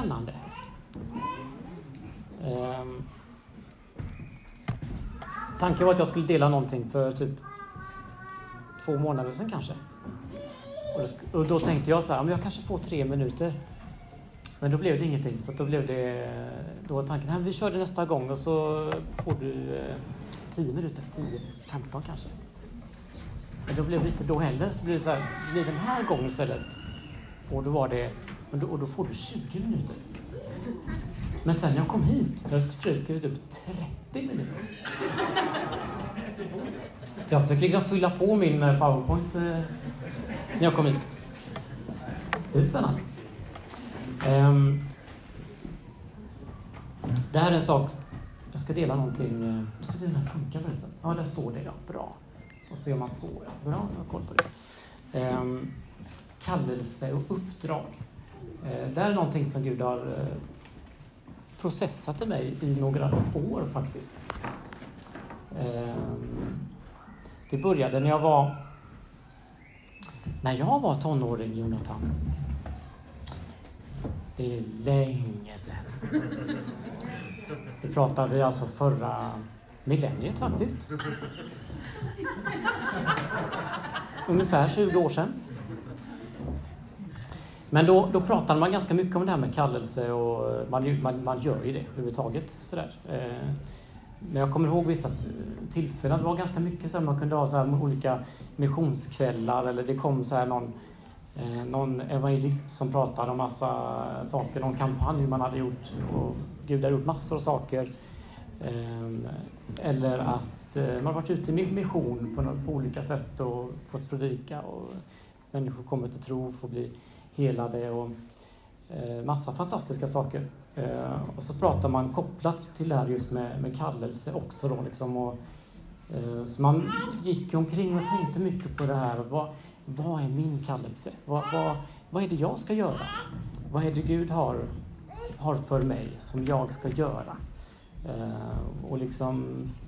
spännande. Tanken var att jag skulle dela någonting för typ 2 månader sedan kanske. Och då tänkte jag så här, men jag kanske får 3 minuter. Men då blev det ingenting, så då var tanken, vi kör det nästa gång och så får du 10 minuter, 10-15 kanske. Men då blev det inte då heller, så blev det så här, det blir den här gången istället. Och då var det, och då får du 20 minuter. Men sen när jag kom hit, jag skrivit upp 30 minuter. Så jag fick liksom fylla på min PowerPoint när jag kom hit. Så det är spännande. Det här är en sak, jag ska dela någonting, jag ska se hur den funkar förresten. Ja, där står det, ja, bra. Och så gör man så, ja, bra, jag har koll på det. Kallelse och uppdrag. Det här är någonting som Gud har processat i mig i några år faktiskt. Det började när jag var tonåring, Jonathan. Det är länge sedan. Det pratade vi alltså förra millenniet faktiskt. Ungefär 20 år sedan. Men då pratade man ganska mycket om det här med kallelse och man gör ju det överhuvudtaget. Sådär. Men jag kommer ihåg vissa tillfällen, det var ganska mycket så här, man kunde ha så här olika missionskvällar eller det kom så här någon evangelist som pratade om massa saker, någon kampanj man hade gjort och Gud hade gjort massor av saker. Eller att man varit ute i mission på olika sätt och fått predika och människor kommer till tro, får bli helade och massa fantastiska saker. Och så pratar man kopplat till det här just med kallelse också då liksom. Och, så man gick omkring och tänkte mycket på det här. Vad är min kallelse? Vad är det jag ska göra? Vad är det Gud har för mig som jag ska göra? Och liksom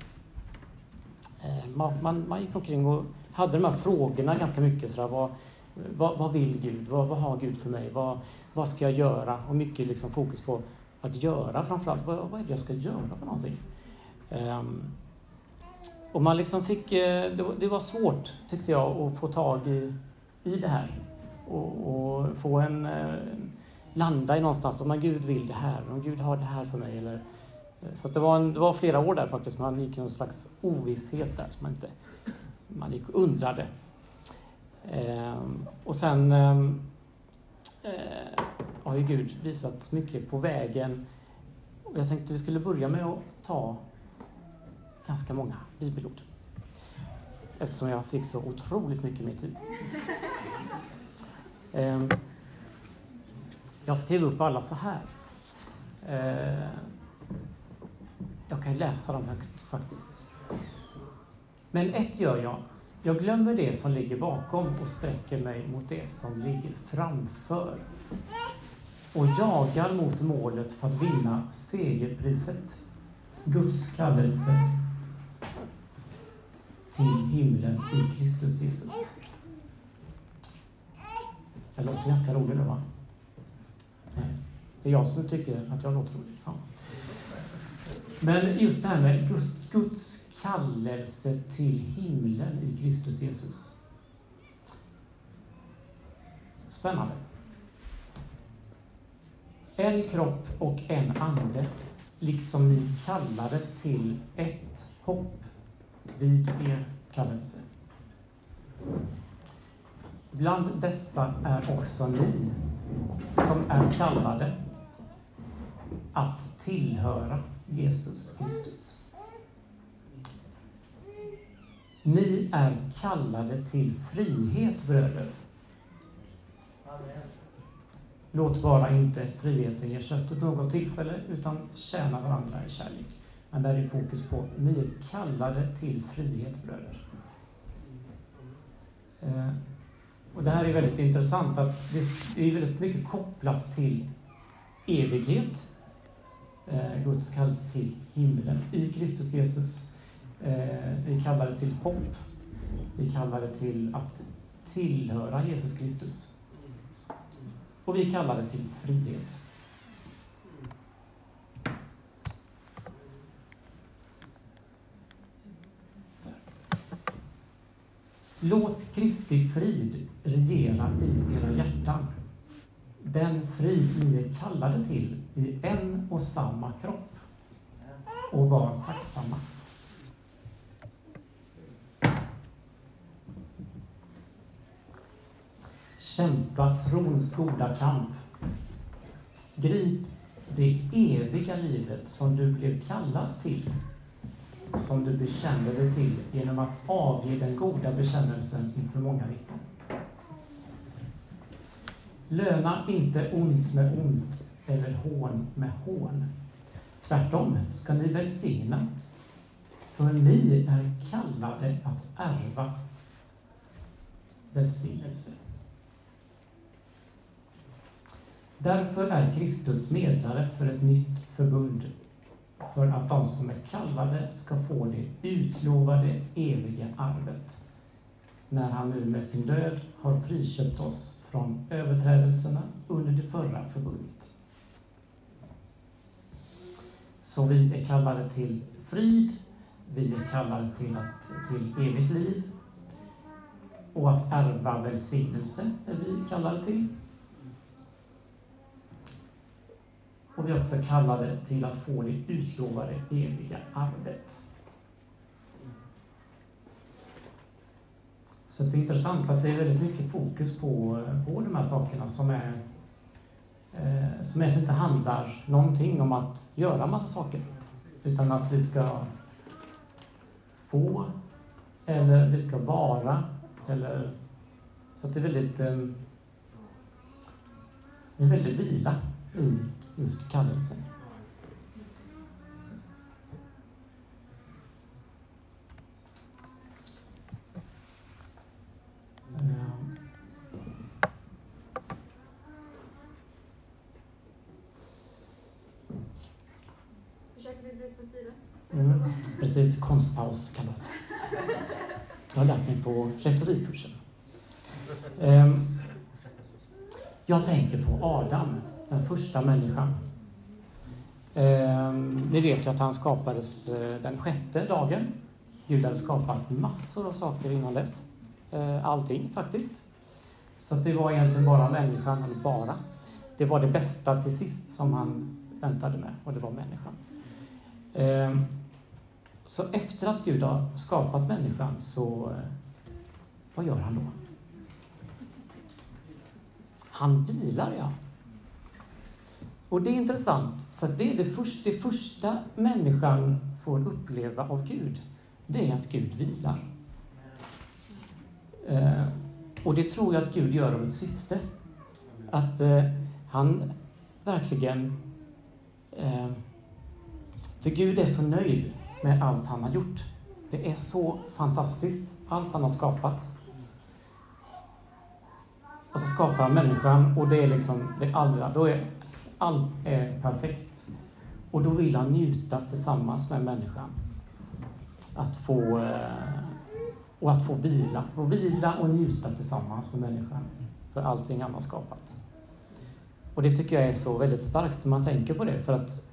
man gick omkring och hade de här frågorna ganska mycket sådär, vad vill Gud? Vad har Gud för mig? Vad ska jag göra? Och mycket liksom fokus på att göra framförallt. Vad är det jag ska göra för någonting? Och man liksom fick, det var svårt tyckte jag att få tag i det här. Och få landa i någonstans om Gud vill det här. Om Gud har det här för mig. Eller, så att det var flera år där faktiskt. Man gick i en slags ovisshet där. Så man gick och undrade. Och sen har ju Gud visat mycket på vägen. Och jag tänkte vi skulle börja med att ta ganska många bibelord. Eftersom jag fick så otroligt mycket mer tid. Jag skrev upp alla så här. Jag kan läsa dem högt faktiskt. Men ett gör jag. Jag glömmer det som ligger bakom och sträcker mig mot det som ligger framför. Och jagar mot målet för att vinna segerpriset. Guds kallelse till himlen i Kristus Jesus. Det låter ganska roligt då, va? Nej, det är jag som tycker att jag låter roligt. Ja. Men just det här med Guds kallelse till himlen i Kristus Jesus. Spännande. En kropp och en ande, liksom ni kallades till ett hopp vid er kallelse. Bland dessa är också ni som är kallade att tillhöra Jesus Kristus. Ni är kallade till frihet, bröder. Låt bara inte friheten ge köttet något tillfälle, utan tjäna varandra i kärlek. Men där är fokus på, ni är kallade till frihet, bröder. Och det här är väldigt intressant, att det är väldigt mycket kopplat till evighet. Guds kallelse till himlen i Kristus Jesus. Vi kallar det till hopp. Vi kallar det till att tillhöra Jesus Kristus. Och vi kallar det till frihet. Låt Kristi frid regera i era hjärtan. Den frid ni är kallade till i en och samma kropp. Och var tacksamma. Kämpa trons goda kamp. Grip det eviga livet som du blev kallad till. Som du bekände dig till genom att avge den goda bekännelsen inför många vittnen. Löna inte ont med ont eller hån med hån. Tvärtom ska ni välsigna, för ni är kallade att ärva välsignelse. Därför är Kristus medlare för ett nytt förbund, för att de som är kallade ska få det utlovade eviga arvet, när han nu med sin död har friköpt oss från överträdelserna under det förra förbundet. Så vi är kallade till frid, vi är kallade till evigt liv, och att ärva välsignelse är vi kallade till. Och vi är också kallade till att få det utlovade eviga arvet. Så det är intressant att det är väldigt mycket fokus på de här sakerna som inte handlar någonting om att göra massa saker. Utan att vi ska få, eller vi ska vara, eller så att det är väldigt vila i just kallelsen. Försöker vi bryta på sidan? Precis, konstpaus kallas det. Jag har lärt mig på retorikkursen. Jag tänker på Adam, den första människan. Ni vet ju att han skapades den 6:e dagen. Gud hade skapat massor av saker innan dess. Allting faktiskt. Så att det var egentligen bara människan, eller bara. Det var det bästa till sist som han väntade med, och det var människan. Så efter att Gud har skapat människan, så vad gör han då? Han vilar, ja. Och det är intressant. Så det är det första människan får uppleva av Gud. Det är att Gud vilar. Och det tror jag att Gud gör av ett syfte. Att han verkligen... För Gud är så nöjd med allt han har gjort. Det är så fantastiskt, allt han har skapat. Och så skapar han människan, och det är liksom allt är perfekt. Och då vill han njuta tillsammans med människan. Att få vila. Och vila och njuta tillsammans med människan. För allting han har skapat. Och det tycker jag är så väldigt starkt när man tänker på det. För att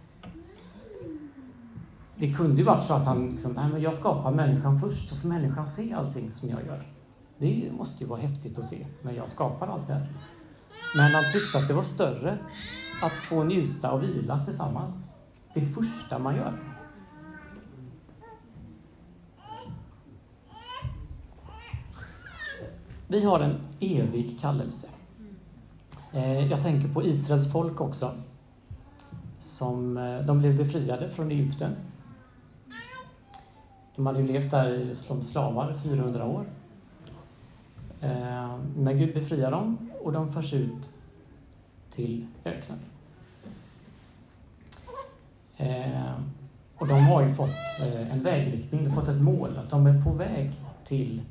det kunde ju varit så att han jag skapar människan först, så får människan se allting som jag gör. Det måste ju vara häftigt att se när jag skapar allt det här. Men han tyckte att det var större att få njuta och vila tillsammans. Det första man gör. Vi har en evig kallelse. Jag tänker på Israels folk också. De blev befriade från Egypten. De hade ju levt där som slavar 400 år. Men Gud befriar dem, och de förs ut till öknen. Och de har ju fått en vägriktning, de har fått ett mål, att de är på väg till,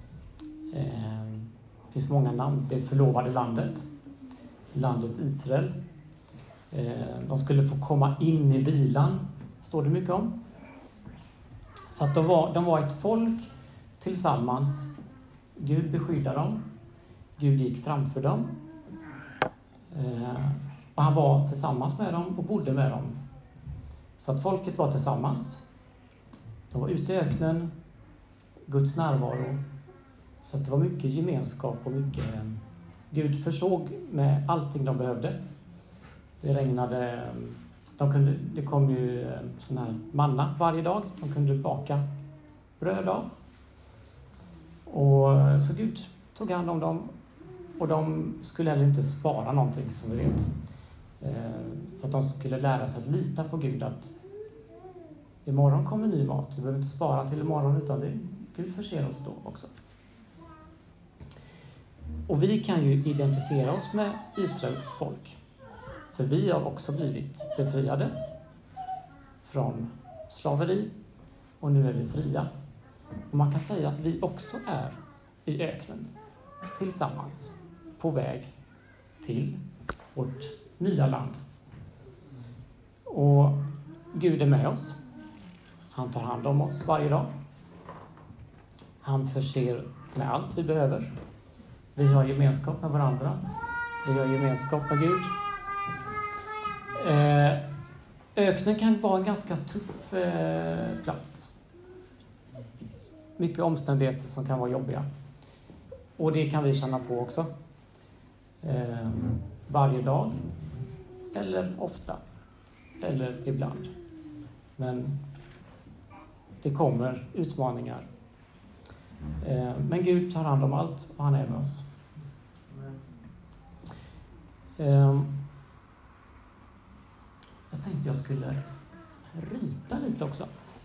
det finns många namn, det förlovade landet Israel. De skulle få komma in i vilan, står det mycket om. Så att de var ett folk tillsammans. Gud beskyddade dem. Gud gick framför dem. Och han var tillsammans med dem och bodde med dem. Så att folket var tillsammans. De var ute i öknen. Guds närvaro. Så att det var mycket gemenskap och mycket... Gud försåg med allting de behövde. Det regnade... Det kom ju sån här manna varje dag. De kunde baka bröd av. Och så Gud tog hand om dem. Och de skulle heller inte spara någonting, som vi vet. För att de skulle lära sig att lita på Gud. Att imorgon kommer ny mat. Vi behöver inte spara till imorgon, utan Gud förser oss då också. Och vi kan ju identifiera oss med Israels folk. För vi har också blivit befriade från slaveri. Och nu är vi fria. Och man kan säga att vi också är i öknen tillsammans på väg till vårt nya land. Och Gud är med oss. Han tar hand om oss varje dag. Han förser med allt vi behöver. Vi har gemenskap med varandra. Vi har gemenskap med Gud. Öknen kan vara en ganska tuff plats. Mycket omständigheter som kan vara jobbiga. Och det kan vi känna på också. Varje dag. Eller ofta. Eller ibland. Men det kommer utmaningar. Men Gud tar hand om allt och han är med oss. Jag tänkte jag skulle rita lite också.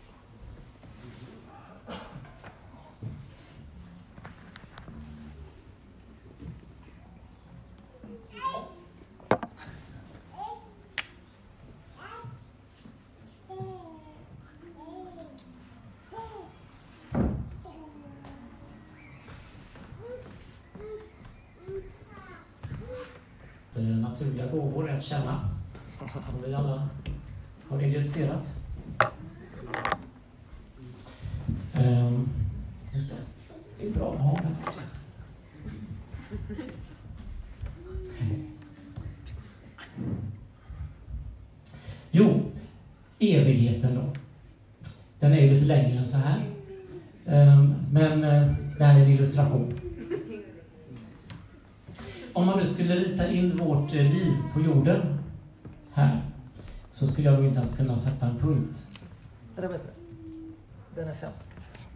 Naturliga gåvor är att känna, som vi alla har identifierat. Just det är bra att ha det faktiskt. Jo, evigheten då. Den är ju lite längre än så här. Men det här är en illustration. Om man nu skulle rita in vårt liv på jorden här, så skulle jag nog inte ens kunna sätta en punkt. Det vet jag. Den är sämst.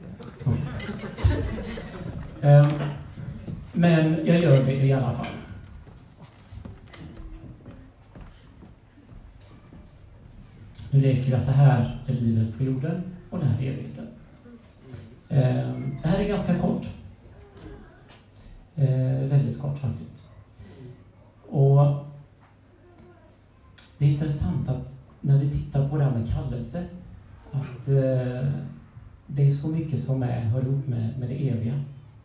Men jag gör det i alla fall. Nu leker vi att det här är livet på jorden och det här är evigheten. Det här är ganska kort. Väldigt kort faktiskt. Och det är intressant att när vi tittar på det här med kallelse, att det är så mycket som hör ihop med det eviga.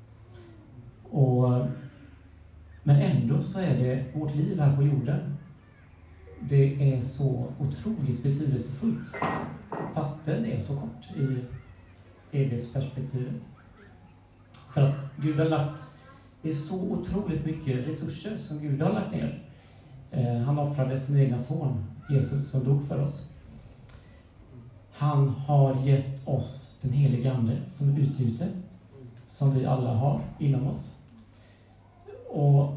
Men ändå så är det vårt liv här på jorden. Det är så otroligt betydelsefullt, fast det är så kort i evighetsperspektivet. För att Gud har det är så otroligt mycket resurser som Gud har lagt ner. Han offrade sin egna son, Jesus, som dog för oss. Han har gett oss den helige Ande som är utgjuten, som vi alla har inom oss. Och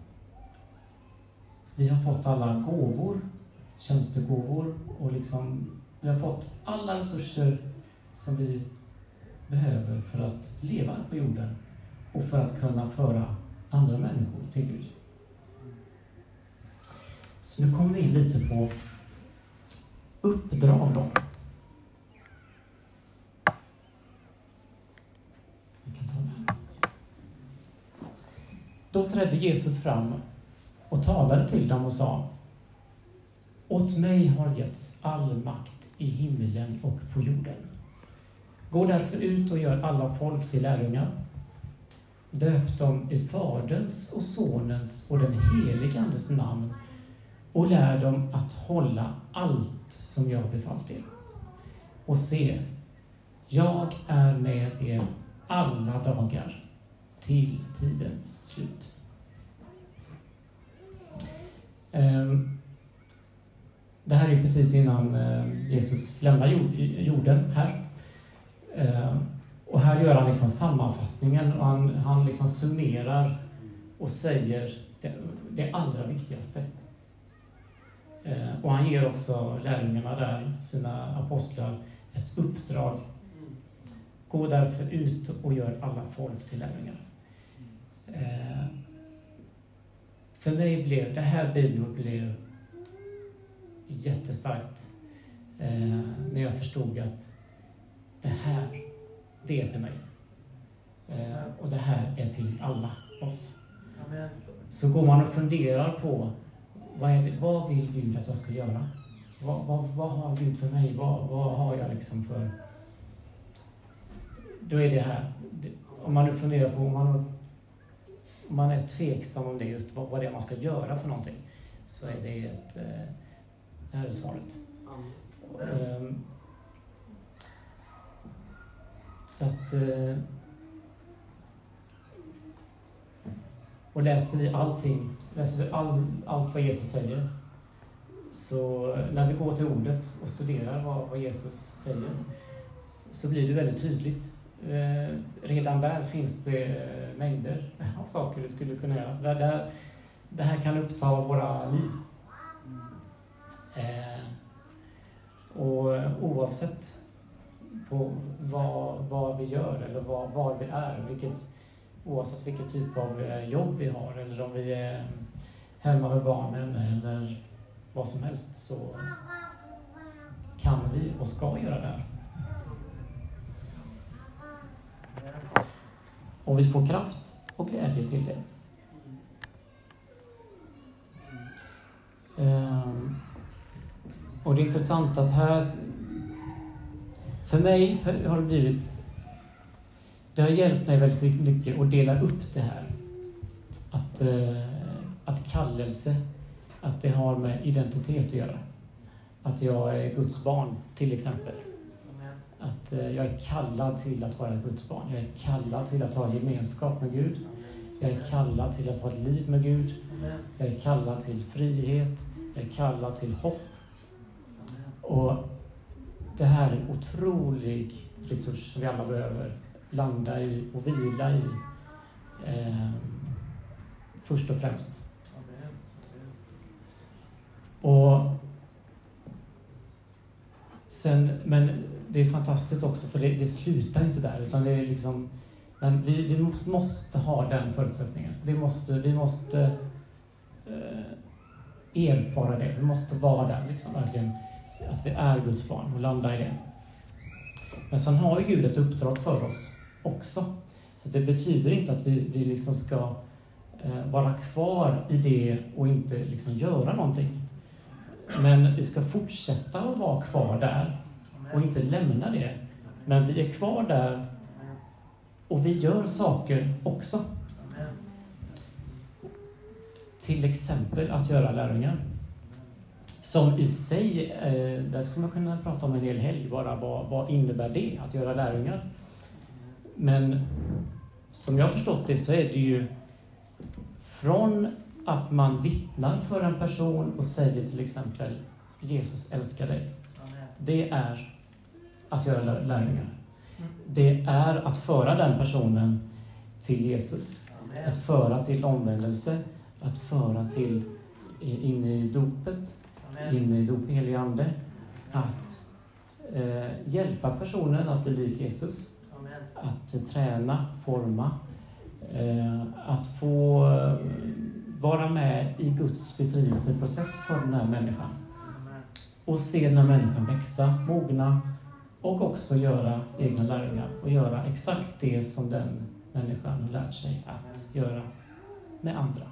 vi har fått alla gåvor, tjänstegåvor, och vi har fått alla resurser som vi behöver för att leva på jorden. Och för att kunna föra andra människor till Gud. Så nu kommer vi in lite på uppdrag då. Vi kan ta det här. Då trädde Jesus fram och talade till dem och sa: åt mig har getts all makt i himlen och på jorden. Gå därför ut och gör alla folk till lärjungar. Döp dem i Faderns och Sonens och den helige Andes namn och lär dem att hålla allt som jag befallt er. Och se, jag är med er alla dagar till tidens slut. Det här är precis innan Jesus lämnar jorden här. Och här gör han liksom sammanfattningen och han liksom summerar och säger det allra viktigaste. Och han ger också lärjungarna där, sina apostlar, ett uppdrag. Gå därför ut och gör alla folk till lärjungar. För mig blev det här bibelordet blev jättestarkt när jag förstod att det här, det är till mig. Och det här är till alla oss. Amen. Så går man och funderar på vad vill Gud att jag ska göra? Vad har Gud för mig? Vad har jag liksom för... Då är det här. Om man nu funderar på om man är tveksam om det just vad det är man ska göra för någonting, så är det det här är svaret. Så att och läser vi allt vad Jesus säger, så när vi går till ordet och studerar vad Jesus säger, så blir det väldigt tydligt. Redan där finns det mängder av saker vi skulle kunna göra. Det här kan uppta våra liv. Och oavsett på vad vi gör eller var vi är, oavsett vilket typ av jobb vi har, eller om vi är hemma med barnen eller vad som helst, så kan vi och ska göra det här. Och vi får kraft och glädje till det. Och det är intressant att här, för mig har det har hjälpt mig väldigt mycket att dela upp det här. Att kallelse, att det har med identitet att göra. Att jag är Guds barn, till exempel. Att jag är kallad till att vara ett Guds barn. Jag är kallad till att ha gemenskap med Gud. Jag är kallad till att ha ett liv med Gud. Jag är kallad till frihet. Jag är kallad till hopp. Och det här är en otrolig resurs som vi alla behöver landa i och vila i. Först och främst. Och sen, men det är fantastiskt också, för det slutar inte där, utan det är liksom, men vi måste ha den förutsättningen. Vi måste erfara det. Vi måste vara där liksom, verkligen, att vi är Guds barn och landa i det. Men sen har ju Gud ett uppdrag för oss också. Så det betyder inte att vi liksom ska vara kvar i det och inte liksom göra någonting. Men vi ska fortsätta att vara kvar där och inte lämna det. Men vi är kvar där och vi gör saker också. Till exempel att göra lärjungar. Som i sig, där skulle man kunna prata om en hel helg, bara vad innebär det att göra lärjungar. Men som jag har förstått det, så är det ju från att man vittnar för en person och säger till exempel Jesus älskar dig. Det är att göra lärjungar. Det är att föra den personen till Jesus. Att föra till omvändelse. Att föra till in i dopet. In i dop i helig ande. Att hjälpa personen att bli lik Jesus. Att träna, forma. Att få vara med i Guds befrielseprocess för den här människan. Och se den här människan växa, mogna och också göra egna lärjungar. Och göra exakt det som den människan har lärt sig att göra med andra.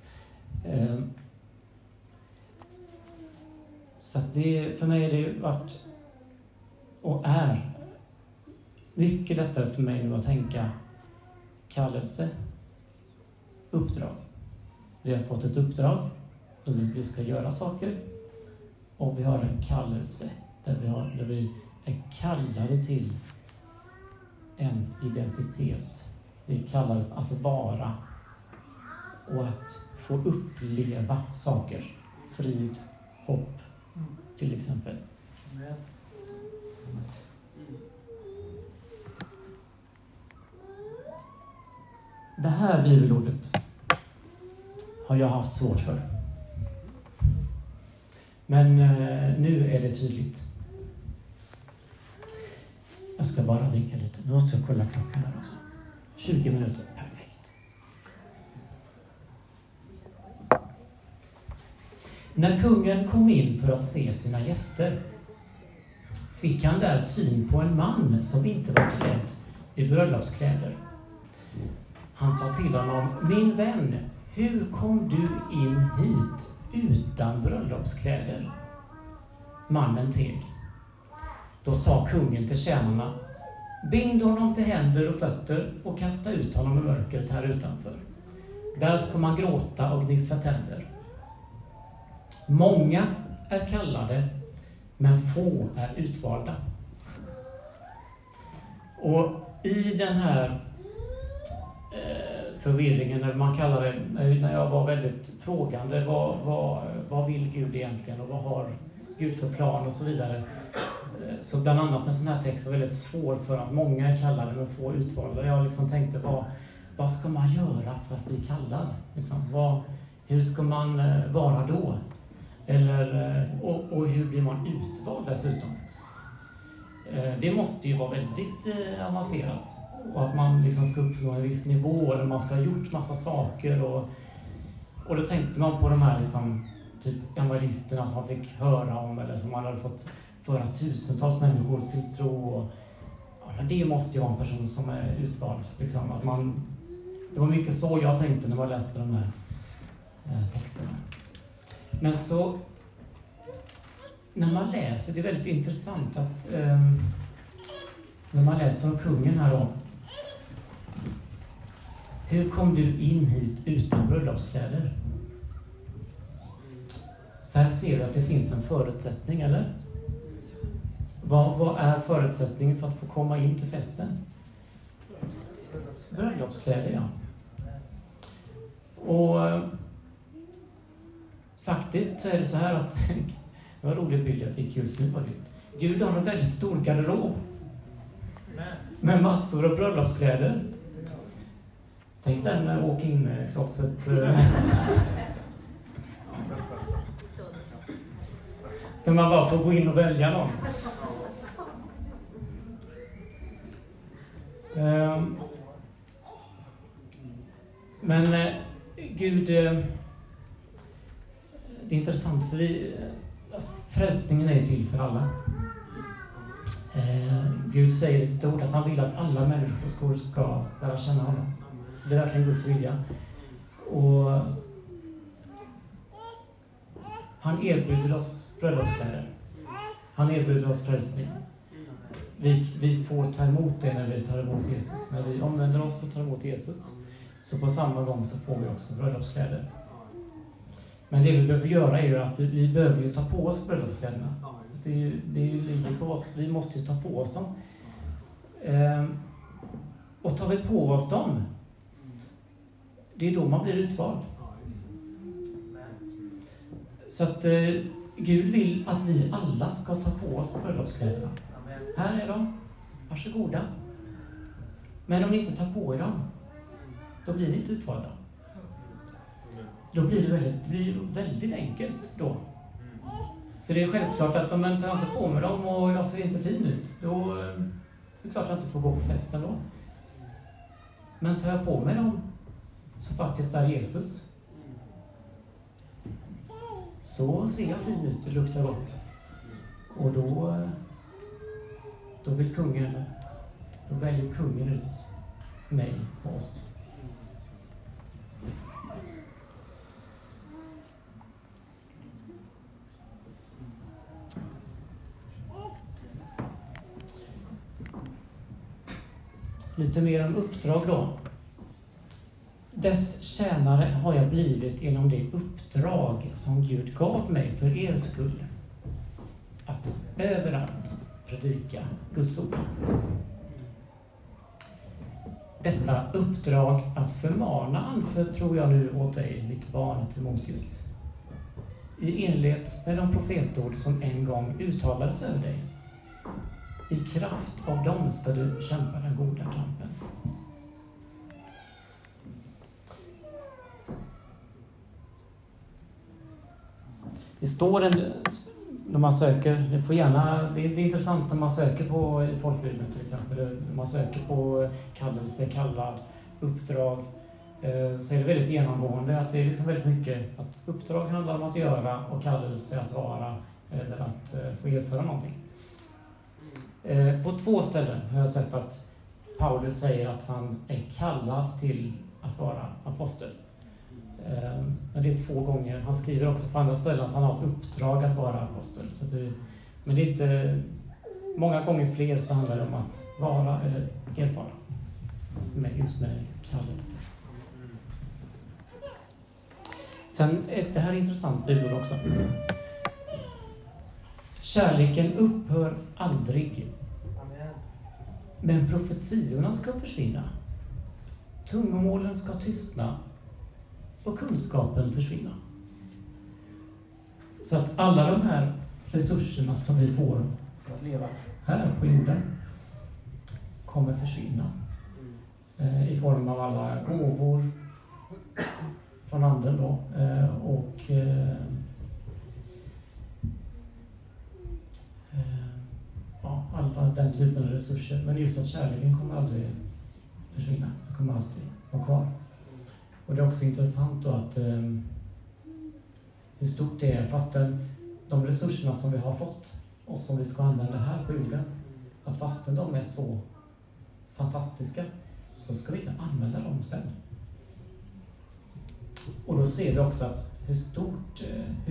Så att det, för mig har det varit och är mycket lättare för mig nu att tänka kallelse, uppdrag. Vi har fått ett uppdrag där vi ska göra saker, och vi har en kallelse där vi är kallade till en identitet. Vi är kallade att vara och att få uppleva saker. Frid, hopp, till exempel. Det här bibelordet har jag haft svårt för. Men nu är det tydligt. Jag ska bara dricka lite. Nu måste jag kolla klockan här också. 20 minuter. Perfekt. När kungen kom in för att se sina gäster fick han där syn på en man som inte var klädd i bröllopskläder. Han sa till honom: min vän, hur kom du in hit utan bröllopskläder? Mannen teg. Då sa kungen till tjänarna: bind honom till händer och fötter och kasta ut honom i mörkret här utanför. Där ska man gråta och gnissla tänder. Många är kallade, men få är utvalda. Och i den här förvirringen, eller man kallar det, när jag var väldigt frågande, vad vill Gud egentligen och vad har Gud för plan och så vidare. Så bland annat en sån här text var väldigt svår för att många är kallade men få utvalda. Jag liksom tänkte, vad ska man göra för att bli kallad? Liksom, hur ska man vara då? Eller, och hur blir man utvald dessutom? Det måste ju vara väldigt avancerat. Och att man liksom ska uppnå en viss nivå, eller man ska ha gjort massa saker. Och då tänkte man på de här liksom, typ evangelisterna som man fick höra om, eller som man hade fått föra tusentals människor till tro. Och, ja, men det måste ju vara en person som är utvald. Liksom, att det var mycket så jag tänkte när jag läste de här texterna. Men så, när man läser, det är väldigt intressant att när man läser om kungen här då. Hur kom du in hit utan bröllopskläder? Så här ser du att det finns en förutsättning, eller? Vad är förutsättningen för att få komma in till festen? Bröllopskläder, ja. Och faktiskt så är det så här att det var en rolig bild jag fick just nu faktiskt. Gud har en väldigt stor garderob med massor av bröllopskläder. Tänk den med walk-in-closet. Där man bara får gå in och välja dem. Men Gud, det är intressant för frälsningen är till för alla. Gud säger i sitt ord att han vill att alla människor ska lära känna honom. Så det är verkligen Guds vilja. Och han erbjuder oss bröllopskläder. Han erbjuder oss frälsning. Vi får ta emot det när vi tar emot Jesus. När vi omvänder oss och tar emot Jesus, så på samma gång så får vi också bröllopskläder. Men det vi behöver göra är ju att vi behöver ju ta på oss bröllopskläderna. Det är ju livet på oss. Vi måste ju ta på oss dem. Och tar vi på oss dem, det är då man blir utvald. Så att Gud vill att vi alla ska ta på oss bröllopskläderna. Här är de. Varsågoda. Men om ni inte tar på er dem, då blir ni inte utvalda. Då blir det väldigt enkelt då. För det är självklart att om jag tar inte på mig dem och jag ser inte fin ut, då är det klart att jag inte får gå på festen då. Men tar jag på mig dem, så faktiskt är Jesus, så ser jag fin ut, det luktar gott. Och då väljer kungen ut mig och oss. Lite mer om uppdrag då. Dess tjänare har jag blivit genom det uppdrag som Gud gav mig för er skull. Att överallt predika Guds ord. Detta uppdrag att förmana anförtror jag nu åt dig, mitt barn Timoteus. I enlighet med de profetord som en gång uttalades över dig. I kraft av dem ska du kämpa den goda kampen. Det står när man söker, det är intressant när man söker på i folkbildning till exempel, när man söker på kallelse, kallad, uppdrag, så är det väldigt genomgående att det är liksom väldigt mycket att uppdrag handlar om att göra och kallelse att vara eller att få erfara någonting. På 2 ställen har jag sett att Paulus säger att han är kallad till att vara apostel. Men det är 2 gånger. Han skriver också på andra ställen att han har ett uppdrag att vara apostel. Men det är inte många gånger fler, så handlar det om att vara eller erfara. Just med kallelse. Sen, det här är intressant bibel också. Kärleken upphör aldrig. Men profetiorna ska försvinna. Tungomålen ska tystna. Och kunskapen försvinna. Så att alla de här resurserna som vi får för att leva här på jorden kommer försvinna. I form av alla gåvor från anden då. Och alla den typen av resurser. Men just att kärleken kommer aldrig försvinna. Den kommer alltid vara kvar. Och det är också intressant då att hur stort det är, fastän de resurserna som vi har fått och som vi ska använda här på jorden, att fastän de är så fantastiska, så ska vi inte använda dem sen. Och då ser vi också att hur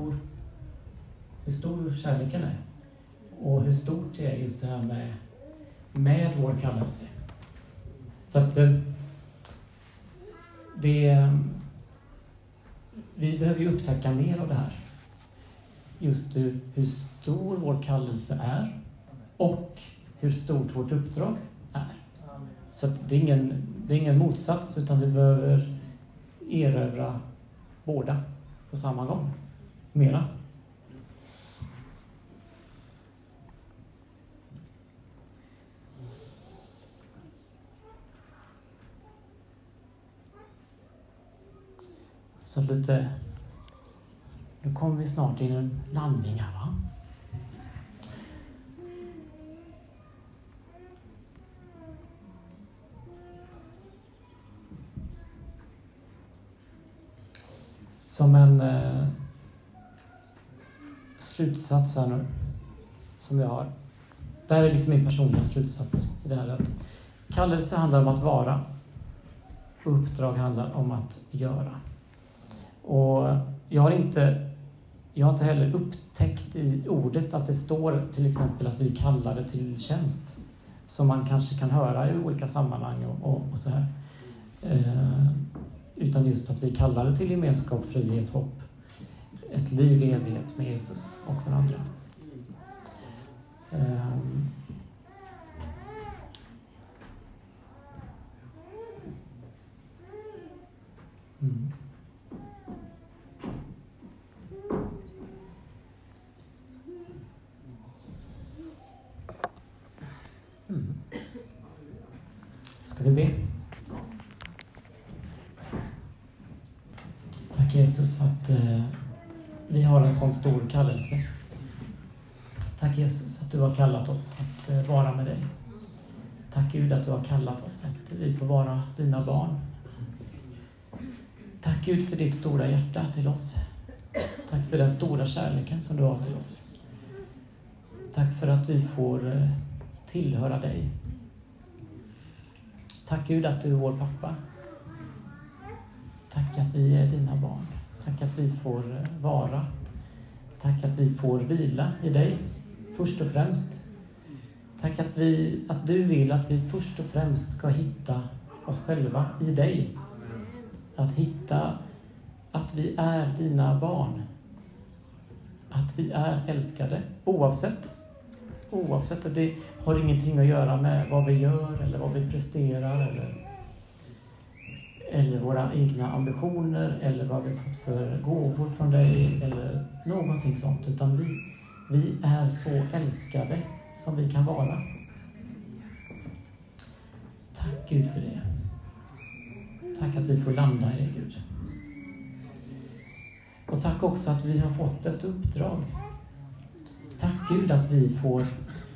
stor kärleken är. Och hur stort det är just det här med vår kallelse. Så att vi behöver ju upptäcka mer av det här. Just hur stor vår kallelse är och hur stort vårt uppdrag är. Så att det är ingen motsats, utan vi behöver erövra båda på samma gång. Mera. Så lite... Nu kommer vi snart in en landning här, va? Som en slutsats här nu, som jag har. Det här är liksom min personliga slutsats i det här, att kallelse handlar om att vara och uppdrag handlar om att göra. Och jag har inte heller upptäckt i ordet att det står till exempel att vi kallar det till tjänst, som man kanske kan höra i olika sammanhang och så här. Utan just att vi kallar det till gemenskap, frihet, hopp. Ett liv i evighet med Jesus och varandra. Ska vi be? Tack Jesus att vi har en sån stor kallelse. Tack Jesus att du har kallat oss att vara med dig. Tack Gud att du har kallat oss att vi får vara dina barn. Tack Gud för ditt stora hjärta till oss. Tack för den stora kärleken som du har till oss. Tack för att vi får tillhöra dig. Tack Gud att du är vår pappa. Tack att vi är dina barn. Tack att vi får vara. Tack att vi får vila i dig först och främst. Tack att du vill att vi först och främst ska hitta oss själva i dig. Att hitta att vi är dina barn. Att vi är älskade oavsett att det har ingenting att göra med vad vi gör eller vad vi presterar eller våra egna ambitioner eller vad vi fått för gåvor från dig eller någonting sånt, utan vi är så älskade som vi kan vara. Tack Gud för det. Tack att vi får landa i det, Gud. Och tack också att vi har fått ett uppdrag. Tack Gud att vi får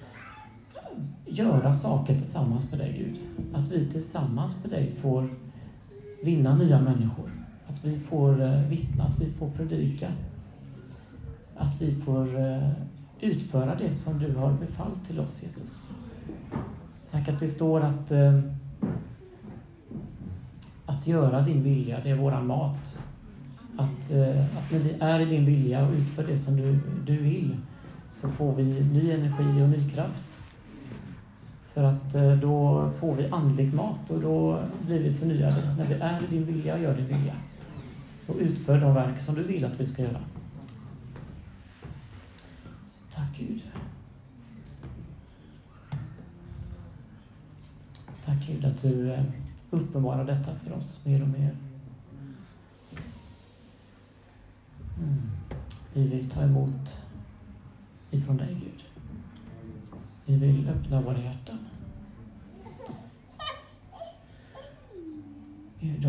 göra saker tillsammans med dig, Gud. Att vi tillsammans med dig får vinna nya människor. Att vi får vittna, att vi får predika. Att vi får utföra det som du har befallt till oss, Jesus. Tack att det står att göra din vilja, det är våran mat. Att när vi är i din vilja och utför det som du vill, så får vi ny energi och ny kraft. För att då får vi andlig mat och då blir vi förnyade när vi är i din vilja och gör din vilja. Och utför de verk som du vill att vi ska göra. Tack Gud. Tack Gud att du uppenbarar detta för oss mer och mer. Vi vill ta emot ifrån dig, Gud. Vi vill öppna våra hjärtan. Gud,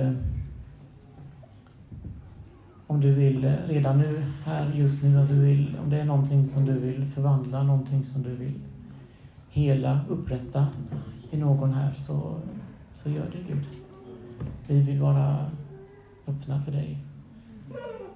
om du vill redan nu, här just nu, om det är någonting som du vill förvandla, någonting som du vill hela, upprätta i någon här, så gör det, Gud. Vi vill vara öppna för dig.